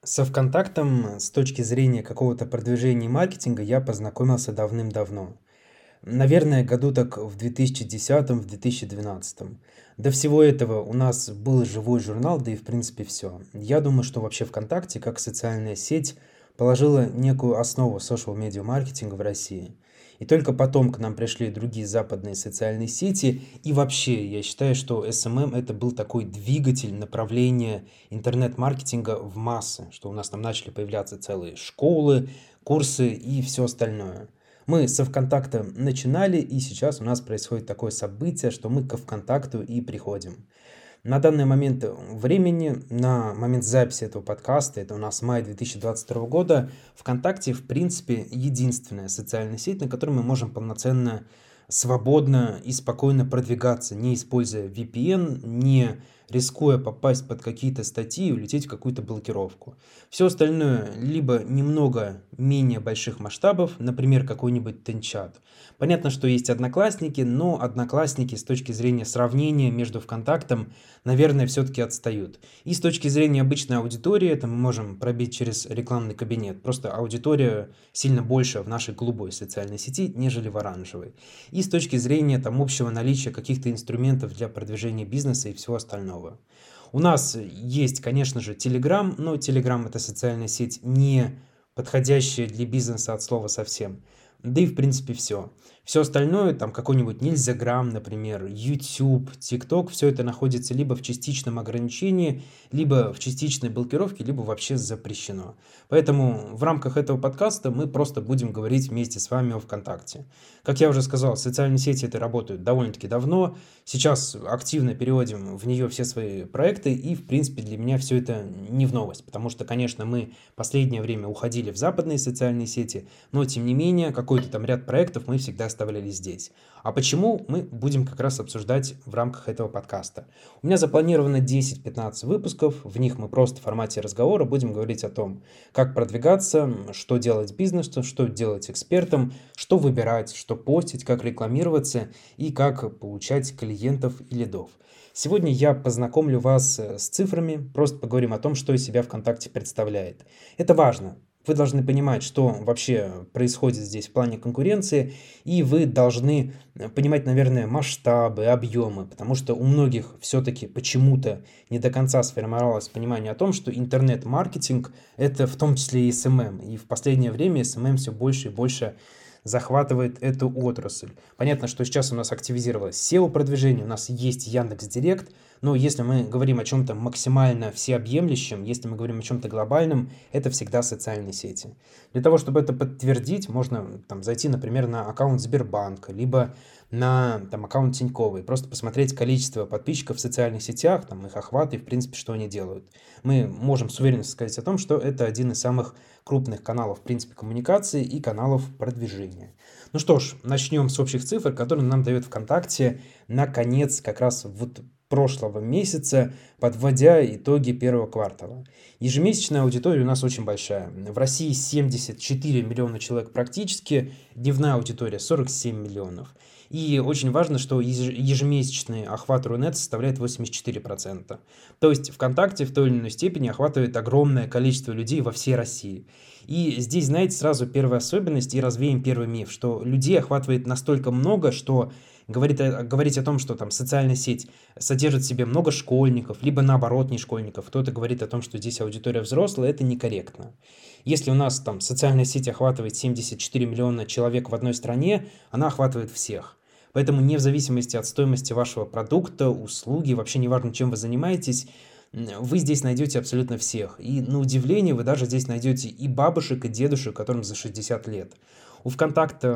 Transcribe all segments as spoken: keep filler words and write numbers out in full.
Со ВКонтактом с точки зрения какого-то продвижения и маркетинга я познакомился давным-давно. Наверное, году так в две тысячи десятом, в две тысячи двенадцатом. До всего этого у нас был живой журнал, да и в принципе все. Я думаю, что вообще ВКонтакте, как социальная сеть, положила некую основу social-медиа маркетинга в России. И только потом к нам пришли другие западные социальные сети. И вообще, я считаю, что эс эм эм это был такой двигатель направления интернет-маркетинга в массы, что у нас там начали появляться целые школы, курсы и все остальное. Мы со ВКонтакта начинали, и сейчас у нас происходит такое событие, что мы ко ВКонтакту и приходим. На данный момент времени, на момент записи этого подкаста, это у нас май две тысячи двадцать второго года, ВКонтакте, в принципе, единственная социальная сеть, на которой мы можем полноценно, свободно и спокойно продвигаться, не используя ви пи эн, не рискуя попасть под какие-то статьи и улететь в какую-то блокировку. Все остальное либо немного менее больших масштабов, например, какой-нибудь Тенчат. Понятно, что есть Одноклассники, но Одноклассники с точки зрения сравнения между ВКонтактом, наверное, все-таки отстают. И с точки зрения обычной аудитории, это мы можем пробить через рекламный кабинет. Просто аудитория сильно больше в нашей голубой социальной сети, нежели в оранжевой. И с точки зрения там общего наличия каких-то инструментов для продвижения бизнеса и всего остального. У нас есть, конечно же, Telegram, но Telegram это социальная сеть, не подходящая для бизнеса от слова совсем. Да и в принципе все. Все остальное, там какой-нибудь Нельзяграм, например, YouTube, TikTok, все это находится либо в частичном ограничении, либо в частичной блокировке, либо вообще запрещено. Поэтому в рамках этого подкаста мы просто будем говорить вместе с вами о ВКонтакте. Как я уже сказал, социальные сети это работают довольно-таки давно. Сейчас активно переводим в нее все свои проекты, и в принципе для меня все это не в новость, потому что, конечно, мы последнее время уходили в западные социальные сети, но тем не менее какой-то там ряд проектов мы всегда оставляли здесь. А почему, мы будем как раз обсуждать в рамках этого подкаста. У меня запланировано десять-пятнадцать выпусков, в них мы просто в формате разговора будем говорить о том, как продвигаться, что делать бизнесу, что делать экспертам, что выбирать, что постить, как рекламироваться и как получать клиентов и лидов. Сегодня я познакомлю вас с цифрами, просто поговорим о том, что из себя ВКонтакте представляет. Это важно. Вы должны понимать, что вообще происходит здесь в плане конкуренции, и вы должны понимать, наверное, масштабы, объемы, потому что у многих все-таки почему-то не до конца сформировалось понимание о том, что интернет-маркетинг – это в том числе и эс эм эм, и в последнее время эс эм эм все больше и больше захватывает эту отрасль. Понятно, что сейчас у нас активизировалось сео-продвижение, у нас есть Яндекс.Директ, но если мы говорим о чем-то максимально всеобъемлющем, если мы говорим о чем-то глобальном, это всегда социальные сети. Для того, чтобы это подтвердить, можно там, зайти, например, на аккаунт Сбербанка, либо на там, аккаунт Тинькова и просто посмотреть количество подписчиков в социальных сетях, там, их охват и, в принципе, что они делают. Мы можем с уверенностью сказать о том, что это один из самых крупных каналов, в принципе, коммуникации и каналов продвижения. Ну что ж, начнем с общих цифр, которые нам дает ВКонтакте на конец как раз вот прошлого месяца, подводя итоги первого квартала. Ежемесячная аудитория у нас очень большая. В России семьдесят четыре миллиона человек практически, дневная аудитория сорок семь миллионов. И очень важно, что ежемесячный охват Рунет составляет восемьдесят четыре процента. То есть ВКонтакте в той или иной степени охватывает огромное количество людей во всей России. И здесь, знаете, сразу первая особенность и развеем первый миф, что людей охватывает настолько много, что говорит, о- говорить о том, что там социальная сеть содержит в себе много школьников, либо наоборот не школьников, кто-то говорит о том, что здесь аудитория взрослая, это некорректно. Если у нас там социальная сеть охватывает семьдесят четыре миллиона человек в одной стране, она охватывает всех. Поэтому не в зависимости от стоимости вашего продукта, услуги, вообще неважно, чем вы занимаетесь, вы здесь найдете абсолютно всех. И на удивление вы даже здесь найдете и бабушек, и дедушек, которым за шестьдесят лет. У ВКонтакта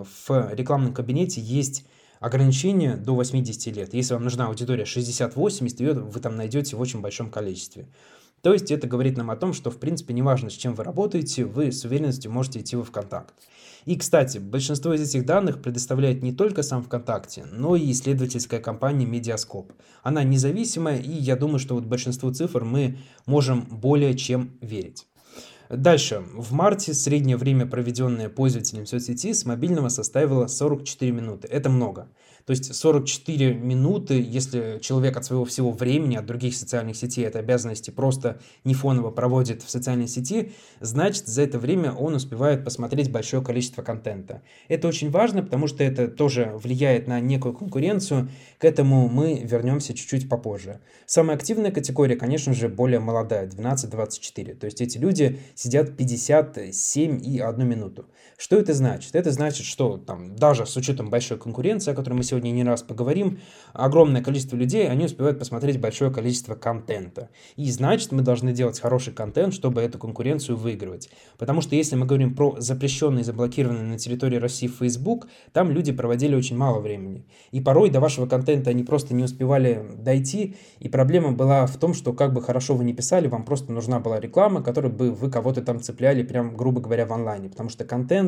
в рекламном кабинете есть ограничение до восьмидесяти лет. Если вам нужна аудитория шестьдесят-восемьдесят, ее вы там найдете в очень большом количестве. То есть это говорит нам о том, что в принципе неважно, с чем вы работаете, вы с уверенностью можете идти во ВКонтакт. И, кстати, большинство из этих данных предоставляет не только сам ВКонтакте, но и исследовательская компания Медиаскоп. Она независимая, и я думаю, что вот большинству цифр мы можем более чем верить. Дальше. В марте среднее время, проведенное пользователем соцсети, с мобильного составило сорок четыре минуты. Это много. То есть сорок четыре минуты, если человек от своего всего времени, от других социальных сетей, от обязанностей просто не фоново проводит в социальной сети, значит, за это время он успевает посмотреть большое количество контента. Это очень важно, потому что это тоже влияет на некую конкуренцию. К этому мы вернемся чуть-чуть попозже. Самая активная категория, конечно же, более молодая, двенадцать-двадцать четыре. То есть эти люди сидят пятьдесят семь и одну минуту. Что это значит? Это значит, что там, даже с учетом большой конкуренции, о которой мы сегодня не раз поговорим, огромное количество людей, они успевают посмотреть большое количество контента. И значит, мы должны делать хороший контент, чтобы эту конкуренцию выигрывать. Потому что если мы говорим про запрещенный и заблокированный на территории России Facebook, там люди проводили очень мало времени. И порой до вашего контента они просто не успевали дойти, и проблема была в том, что как бы хорошо вы ни писали, вам просто нужна была реклама, которой бы вы кого-то там цепляли, прям, грубо говоря, в онлайне. Потому что контент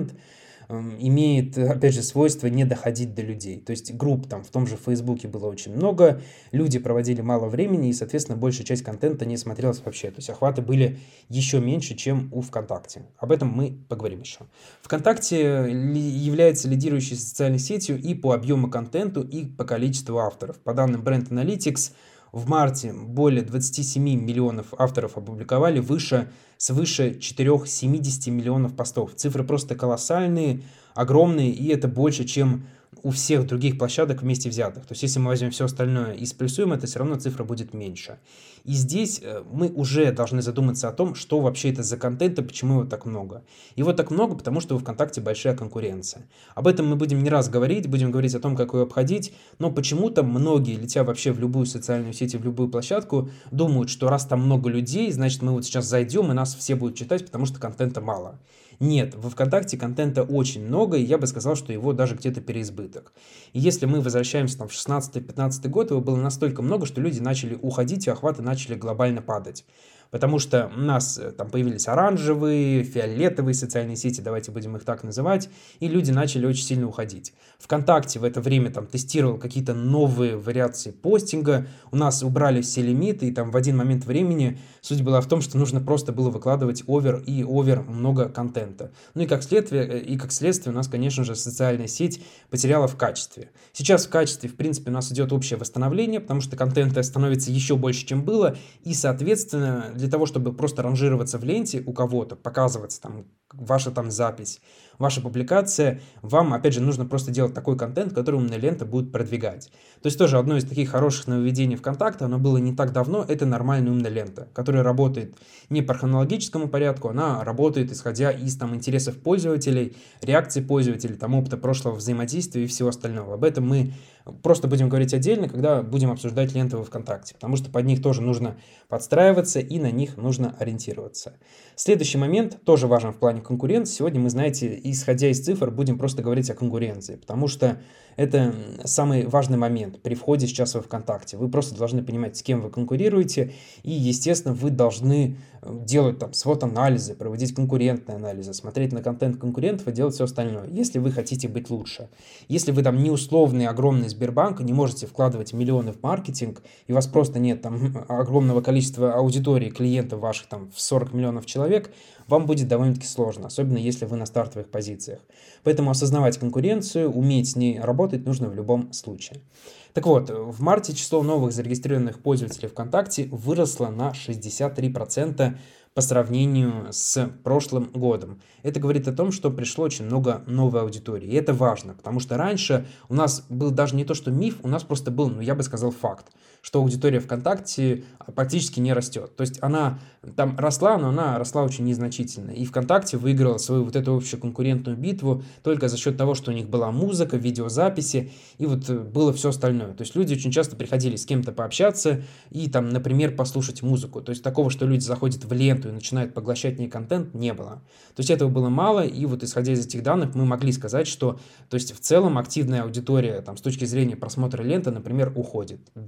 имеет, опять же, свойство не доходить до людей. То есть групп там в том же Фейсбуке было очень много, люди проводили мало времени, и, соответственно, большая часть контента не смотрелась вообще. То есть охваты были еще меньше, чем у ВКонтакте. Об этом мы поговорим еще. ВКонтакте является лидирующей социальной сетью и по объему контенту, и по количеству авторов. По данным Brand Analytics, в марте более двадцати семи миллионов авторов опубликовали выше, свыше четыреста семьдесят миллионов постов. Цифры просто колоссальные, огромные, и это больше, чем у всех других площадок вместе взятых. То есть, если мы возьмем все остальное и сплюсуем, это все равно цифра будет меньше. И здесь мы уже должны задуматься о том, что вообще это за контент и почему его так много. Его так много, потому что у ВКонтакте большая конкуренция. Об этом мы будем не раз говорить, будем говорить о том, как ее обходить, но почему-то многие, летя вообще в любую социальную сеть и в любую площадку, думают, что раз там много людей, значит, мы вот сейчас зайдем и нас все будут читать, потому что контента мало. Нет, во ВКонтакте контента очень много, и я бы сказал, что его даже где-то переизбыток. И если мы возвращаемся там, в шестнадцатый-пятнадцатый год, его было настолько много, что люди начали уходить, и охваты начали глобально падать. Потому что у нас там появились оранжевые, фиолетовые социальные сети, давайте будем их так называть, и люди начали очень сильно уходить. ВКонтакте в это время там тестировал какие-то новые вариации постинга, у нас убрали все лимиты, и там в один момент времени суть была в том, что нужно просто было выкладывать овер и овер много контента. Ну и как следствие, и как следствие у нас, конечно же, социальная сеть потеряла в качестве. Сейчас в качестве, в принципе, у нас идет общее восстановление, потому что контента становится еще больше, чем было, и, соответственно, для того, чтобы просто ранжироваться в ленте у кого-то, показываться там ваша там запись, ваша публикация, вам, опять же, нужно просто делать такой контент, который умная лента будет продвигать. То есть тоже одно из таких хороших нововведений ВКонтакте, оно было не так давно, это нормальная умная лента, которая работает не по хронологическому порядку, она работает исходя из там интересов пользователей, реакций пользователей, там опыта прошлого взаимодействия и всего остального. Об этом мы просто будем говорить отдельно, когда будем обсуждать ленты во ВКонтакте, потому что под них тоже нужно подстраиваться и на них нужно ориентироваться. Следующий момент, тоже важен в плане конкуренции. Сегодня мы, знаете, исходя из цифр, будем просто говорить о конкуренции, потому что это самый важный момент при входе сейчас во ВКонтакте. Вы просто должны понимать, с кем вы конкурируете, и, естественно, вы должны делать там свод-анализы, проводить конкурентные анализы, смотреть на контент конкурентов и делать все остальное, если вы хотите быть лучше. Если вы там не условный огромный Сбербанк, не можете вкладывать миллионы в маркетинг, и у вас просто нет там огромного количества аудитории, клиентов ваших там в сорок миллионов человек, вам будет довольно-таки сложно, особенно если вы на стартовых позициях. Поэтому осознавать конкуренцию, уметь с ней работать нужно в любом случае. Так вот, в марте число новых зарегистрированных пользователей ВКонтакте выросло на шестьдесят три процента по сравнению с прошлым годом. Это говорит о том, что пришло очень много новой аудитории. И это важно, потому что раньше у нас был даже не то, что миф, у нас просто был, ну я бы сказал, факт, что аудитория ВКонтакте практически не растет. То есть она там росла, но она росла очень незначительно. И ВКонтакте выиграла свою вот эту общую конкурентную битву только за счет того, что у них была музыка, видеозаписи и вот было все остальное. То есть люди очень часто приходили с кем-то пообщаться и там, например, послушать музыку. То есть такого, что люди заходят в ленту и начинают поглощать не контент, не было. То есть этого было мало, и вот исходя из этих данных мы могли сказать, что то есть в целом активная аудитория там, с точки зрения просмотра ленты, например, уходит. Да, такое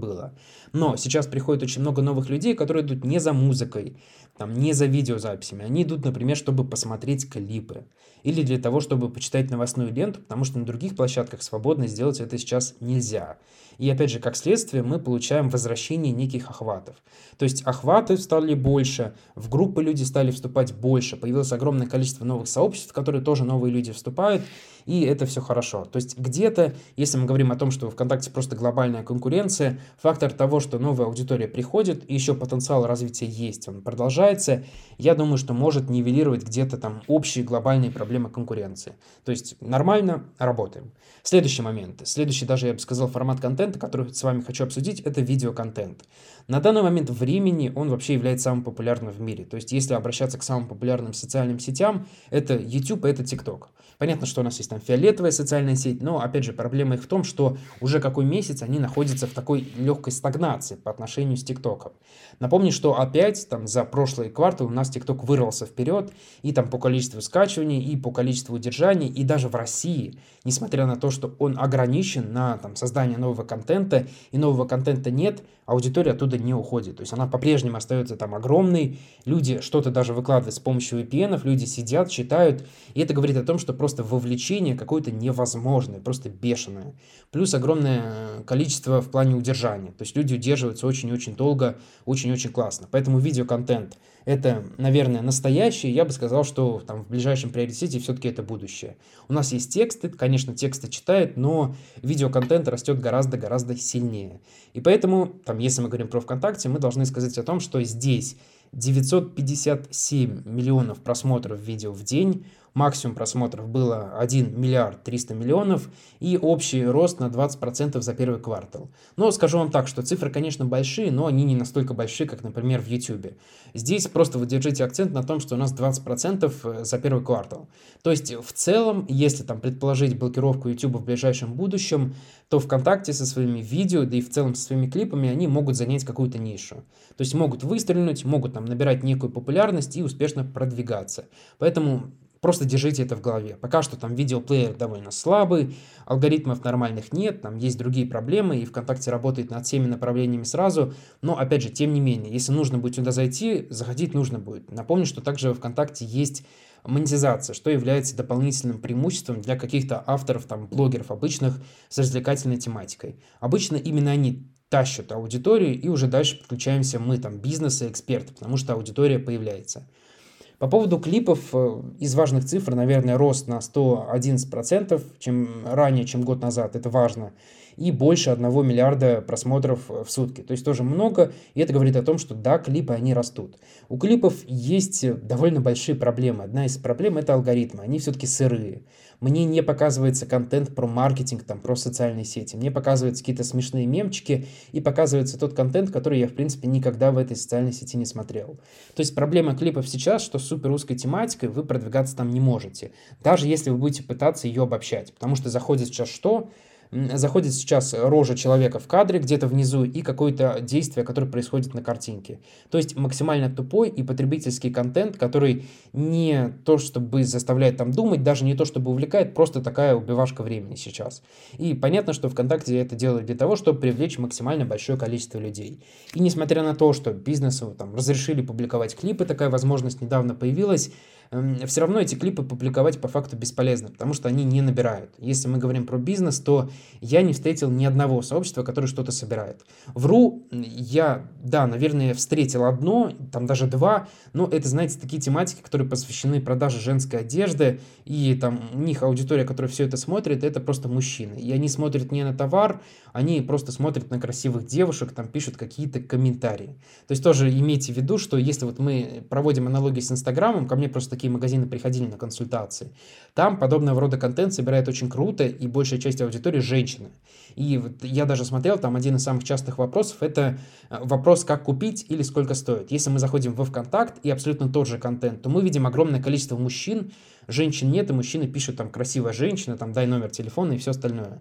было. Но сейчас приходит очень много новых людей, которые идут не за музыкой, там, не за видеозаписями. Они идут, например, чтобы посмотреть клипы. Или для того, чтобы почитать новостную ленту, потому что на других площадках свободно сделать это сейчас нельзя. И опять же, как следствие, мы получаем возвращение неких охватов. То есть охваты стали больше, в группы люди стали вступать больше, появилось огромное количество новых сообществ, в которые тоже новые люди вступают, и это все хорошо. То есть где-то, если мы говорим о том, что ВКонтакте просто глобальная конкуренция, фактор того, что новая аудитория приходит, и еще потенциал развития есть, он продолжается, я думаю, что может нивелировать где-то там общие глобальные проблемы конкуренции. То есть нормально работаем. Следующий момент, следующий даже, я бы сказал, формат контента, который с вами хочу обсудить, это видеоконтент. На данный момент времени он вообще является самым популярным в мире. То есть если обращаться к самым популярным социальным сетям, это YouTube и это TikTok. Понятно, что у нас есть там фиолетовая социальная сеть, но, опять же, проблема их в том, что уже какой месяц они находятся в такой легкой стагнации по отношению с ТикТоком. Напомню, что опять там за прошлый квартал у нас ТикТок вырвался вперед и там по количеству скачиваний, и по количеству удержаний, и даже в России, несмотря на то, что он ограничен на там, создание нового контента, и нового контента нет, аудитория оттуда не уходит. То есть она по-прежнему остается там огромной, люди что-то даже выкладывают с помощью ви пи эн, люди сидят, читают, и это говорит о том, что просто вовлечение какое-то невозможное, просто бешеное. Плюс огромное количество в плане удержания. То есть люди удерживаются очень-очень долго, очень-очень классно. Поэтому видеоконтент — это, наверное, настоящее. Я бы сказал, что там в ближайшем приоритете все-таки это будущее. У нас есть тексты, конечно, тексты читают, но видеоконтент растет гораздо-гораздо сильнее. И поэтому, там, если мы говорим про ВКонтакте, мы должны сказать о том, что здесь девятьсот пятьдесят семь миллионов просмотров видео в день, максимум просмотров было один миллиард триста миллионов и общий рост на двадцать процентов за первый квартал. Но скажу вам так, что цифры, конечно, большие, но они не настолько большие, как, например, в YouTube. Здесь просто вы держите акцент на том, что у нас двадцать процентов за первый квартал. То есть в целом, если там предположить блокировку YouTube в ближайшем будущем, то ВКонтакте со своими видео, да и в целом со своими клипами, они могут занять какую-то нишу. То есть могут выстрелить, могут там набирать некую популярность и успешно продвигаться. Поэтому просто держите это в голове. Пока что там видеоплеер довольно слабый, алгоритмов нормальных нет, там есть другие проблемы, и ВКонтакте работает над всеми направлениями сразу. Но, опять же, тем не менее, если нужно будет сюда зайти, заходить нужно будет. Напомню, что также в ВКонтакте есть монетизация, что является дополнительным преимуществом для каких-то авторов, там, блогеров обычных с развлекательной тематикой. Обычно именно они тащат аудиторию, и уже дальше подключаемся мы, там, бизнес и эксперты, потому что аудитория появляется. По поводу клипов, из важных цифр, наверное, рост на сто одиннадцать процентов, чем ранее, чем год назад, это важно, и больше одного миллиарда просмотров в сутки. То есть тоже много, и это говорит о том, что да, клипы, они растут. У клипов есть довольно большие проблемы. Одна из проблем — это алгоритмы, они все-таки сырые. Мне не показывается контент про маркетинг, там, про социальные сети. Мне показываются какие-то смешные мемчики и показывается тот контент, который я, в принципе, никогда в этой социальной сети не смотрел. То есть проблема клипов сейчас, что с супер узкой тематикой вы продвигаться там не можете, даже если вы будете пытаться ее обобщать. Потому что заходит сейчас что? Заходит сейчас рожа человека в кадре где-то внизу и какое-то действие, которое происходит на картинке. То есть максимально тупой и потребительский контент, который не то чтобы заставляет там думать, даже не то чтобы увлекает, просто такая убивашка времени сейчас. И понятно, что ВКонтакте это делают для того, чтобы привлечь максимально большое количество людей. И несмотря на то, что бизнесу там разрешили публиковать клипы, такая возможность недавно появилась, все равно эти клипы публиковать по факту бесполезно, потому что они не набирают. Если мы говорим про бизнес, то я не встретил ни одного сообщества, которое что-то собирает. Вру, я, да, наверное, встретил одно, там даже два, но это, знаете, такие тематики, которые посвящены продаже женской одежды, и там у них аудитория, которая все это смотрит, это просто мужчины. И они смотрят не на товар, они просто смотрят на красивых девушек, там пишут какие-то комментарии. То есть тоже имейте в виду, что если вот мы проводим аналогии с Инстаграмом, ко мне просто такие магазины приходили на консультации, там подобного рода контент собирает очень круто, и большая часть аудитории женщины. И вот я даже смотрел, там один из самых частых вопросов — это вопрос, как купить или сколько стоит. Если мы заходим во ВКонтакт и абсолютно тот же контент, то мы видим огромное количество мужчин, женщин нет, и мужчины пишут там «красивая женщина», там «дай номер телефона» и все остальное.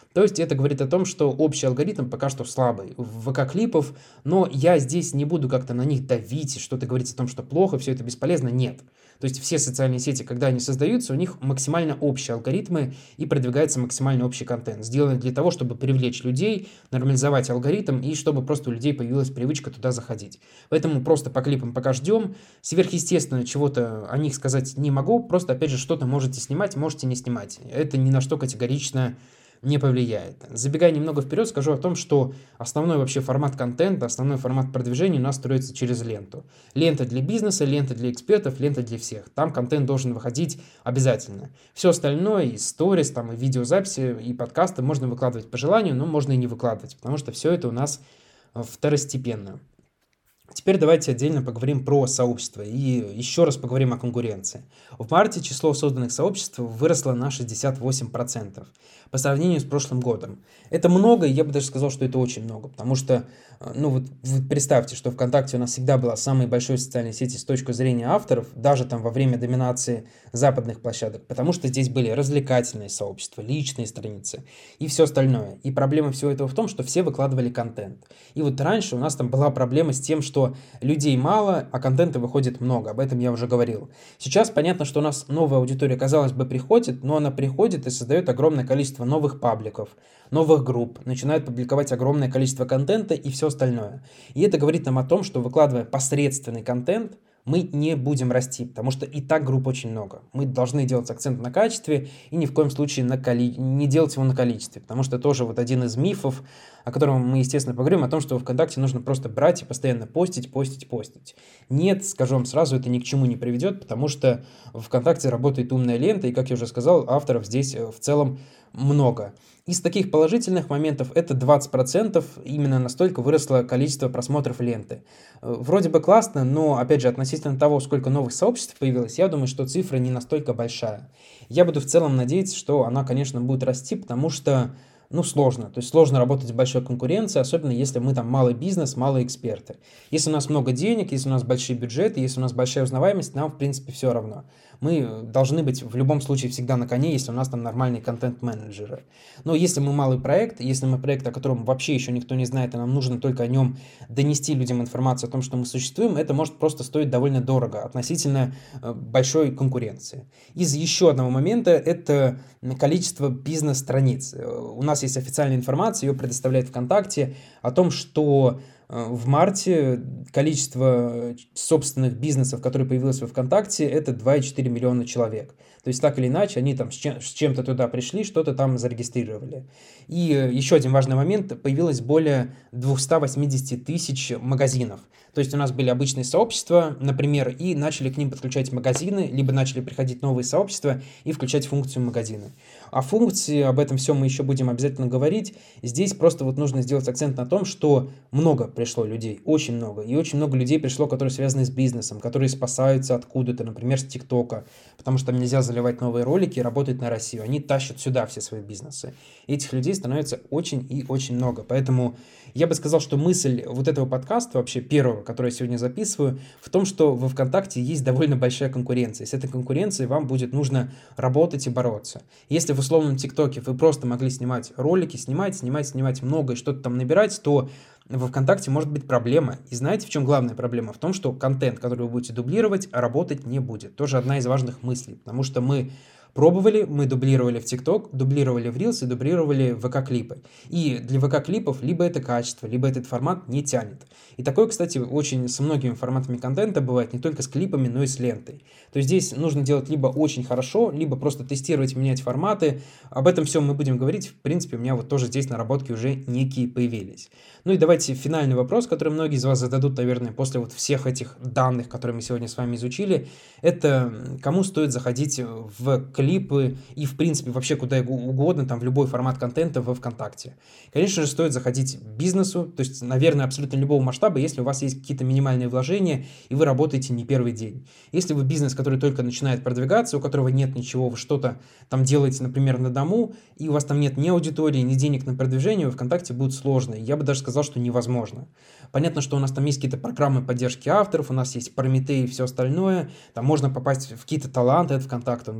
То есть это говорит о том, что общий алгоритм пока что слабый в ВК-клипов, но я здесь не буду как-то на них давить и что-то говорить о том, что плохо, все это бесполезно, нет. То есть все социальные сети, когда они создаются, у них максимально общие алгоритмы и продвигается максимально общий контент. Сделано для того, чтобы привлечь людей, нормализовать алгоритм и чтобы просто у людей появилась привычка туда заходить. Поэтому просто по клипам пока ждем. Сверхъестественно чего-то о них сказать не могу, просто опять же что-то можете снимать, можете не снимать. Это ни на что категорично не повлияет. Забегая немного вперед, скажу о том, что основной вообще формат контента, основной формат продвижения у нас строится через ленту. Лента для бизнеса, лента для экспертов, лента для всех. Там контент должен выходить обязательно. Все остальное, и сторис, там, и видеозаписи, и подкасты можно выкладывать по желанию, но можно и не выкладывать, потому что все это у нас второстепенно. Теперь давайте отдельно поговорим про сообщество и еще раз поговорим о конкуренции. В марте число созданных сообществ выросло на шестьдесят восемь процентов по сравнению с прошлым годом. Это много, и я бы даже сказал, что это очень много, потому что, ну вот, вот представьте, что ВКонтакте у нас всегда была самой большой социальной сети с точки зрения авторов, даже там во время доминации западных площадок, потому что здесь были развлекательные сообщества, личные страницы и все остальное. И проблема всего этого в том, что все выкладывали контент. И вот раньше у нас там была проблема с тем, что людей мало, а контента выходит много, об этом я уже говорил. Сейчас понятно, что у нас новая аудитория, казалось бы, приходит, но она приходит и создает огромное количество новых пабликов, новых групп, начинает публиковать огромное количество контента и все остальное. И это говорит нам о том, что выкладывая посредственный контент, мы не будем расти, потому что и так групп очень много. Мы должны делать акцент на качестве и ни в коем случае на коли... не делать его на количестве, потому что тоже вот один из мифов, о котором мы, естественно, поговорим, о том, что в ВКонтакте нужно просто брать и постоянно постить, постить, постить. Нет, скажу вам сразу, это ни к чему не приведет, потому что в ВКонтакте работает умная лента, и, как я уже сказал, авторов здесь в целом много. Из таких положительных моментов это двадцать процентов, именно настолько выросло количество просмотров ленты. Вроде бы классно, но, опять же, относительно того, сколько новых сообществ появилось, я думаю, что цифра не настолько большая. Я буду в целом надеяться, что она, конечно, будет расти, потому что, ну, сложно. То есть сложно работать в большой конкуренции, особенно если мы там малый бизнес, малые эксперты. Если у нас много денег, если у нас большие бюджеты, если у нас большая узнаваемость, нам, в принципе, все равно. Мы должны быть в любом случае всегда на коне, если у нас там нормальные контент-менеджеры. Но если мы малый проект, если мы проект, о котором вообще еще никто не знает, и нам нужно только о нем донести людям информацию о том, что мы существуем, это может просто стоить довольно дорого относительно большой конкуренции. Из еще одного момента это количество бизнес-страниц. У нас есть официальная информация, ее предоставляет ВКонтакте, о том, что в марте количество собственных бизнесов, которые появилось во ВКонтакте, это два и четыре миллиона человек. То есть так или иначе они там с, чем- с чем-то туда пришли, что-то там зарегистрировали. И еще один важный момент, появилось более двести восемьдесят тысяч магазинов. То есть у нас были обычные сообщества, например, и начали к ним подключать магазины, либо начали приходить новые сообщества и включать функцию магазины. О функции, об этом всем мы еще будем обязательно говорить. Здесь просто вот нужно сделать акцент на том, что много пришло людей, очень много. И очень много людей пришло, которые связаны с бизнесом, которые спасаются откуда-то, например, с ТикТока, потому что там нельзя заливать новые ролики и работать на Россию. Они тащат сюда все свои бизнесы. И этих людей становится очень и очень много. Поэтому я бы сказал, что мысль вот этого подкаста, вообще первого, который я сегодня записываю, в том, что во ВКонтакте есть довольно большая конкуренция. С этой конкуренцией вам будет нужно работать и бороться. Если в условном ТикТоке вы просто могли снимать ролики, снимать, снимать, снимать много и что-то там набирать, то во ВКонтакте может быть проблема. И знаете, в чем главная проблема? В том, что контент, который вы будете дублировать, работать не будет. Тоже одна из важных мыслей, потому что мы пробовали, мы дублировали в ТикТок, дублировали в Reels и дублировали в ВК-клипы. И для ВК-клипов либо это качество, либо этот формат не тянет. И такое, кстати, очень с многими форматами контента бывает, не только с клипами, но и с лентой. То есть здесь нужно делать либо очень хорошо, либо просто тестировать, менять форматы. Об этом всем мы будем говорить. В принципе, у меня вот тоже здесь наработки уже некие появились. Ну и давайте финальный вопрос, который многие из вас зададут, наверное, после вот всех этих данных, которые мы сегодня с вами изучили. Это кому стоит заходить в клипы и, в принципе, вообще куда угодно, там, в любой формат контента во ВКонтакте. Конечно же, стоит заходить бизнесу, то есть, наверное, абсолютно любого масштаба, если у вас есть какие-то минимальные вложения, и вы работаете не первый день. Если вы бизнес, который только начинает продвигаться, у которого нет ничего, вы что-то там делаете, например, на дому, и у вас там нет ни аудитории, ни денег на продвижение, во ВКонтакте будет сложно. Я бы даже сказал, что невозможно. Понятно, что у нас там есть какие-то программы поддержки авторов, у нас есть Прометей и все остальное, там можно попасть в какие-то таланты от ВКонтакта, он даже будет выкладывать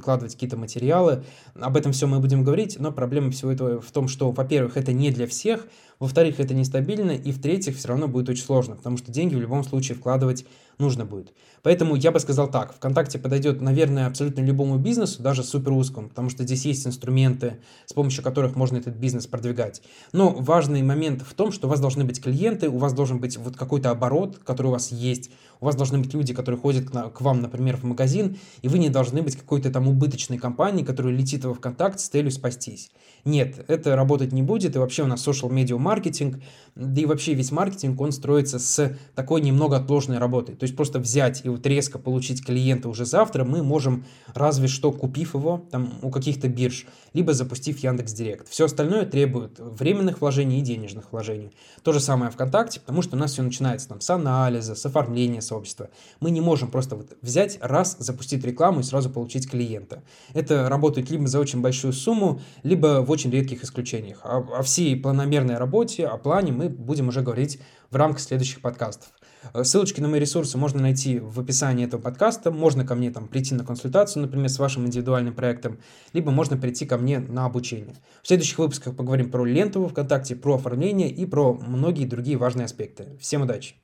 выкладывать какие-то материалы. Об этом все мы будем говорить, но проблема всего этого в том, что, во-первых, это не для всех, во-вторых, это нестабильно, и в-третьих, все равно будет очень сложно, потому что деньги в любом случае вкладывать нужно будет. Поэтому я бы сказал так, ВКонтакте подойдет, наверное, абсолютно любому бизнесу, даже супер узкому, потому что здесь есть инструменты, с помощью которых можно этот бизнес продвигать. Но важный момент в том, что у вас должны быть клиенты, у вас должен быть вот какой-то оборот, который у вас есть, у вас должны быть люди, которые ходят к, на, к вам, например, в магазин, и вы не должны быть какой-то там убыточной компанией, которая летит во ВКонтакте с целью спастись. Нет, это работать не будет, и вообще у нас social media маркетинг, да и вообще весь маркетинг, он строится с такой немного отложенной работой. То есть просто взять и вот резко получить клиента уже завтра мы можем, разве что купив его там у каких-то бирж, либо запустив Яндекс.Директ. Все остальное требует временных вложений и денежных вложений. То же самое ВКонтакте, потому что у нас все начинается там с анализа, с оформления сообщества. Мы не можем просто вот взять, раз, запустить рекламу и сразу получить клиента. Это работает либо за очень большую сумму, либо в очень редких исключениях. О, о всей планомерной работе, о плане мы будем уже говорить в рамках следующих подкастов. Ссылочки на мои ресурсы можно найти в описании этого подкаста. Можно ко мне там прийти на консультацию, например, с вашим индивидуальным проектом, либо можно прийти ко мне на обучение. В следующих выпусках поговорим про ленту во ВКонтакте, про оформление и про многие другие важные аспекты. Всем удачи!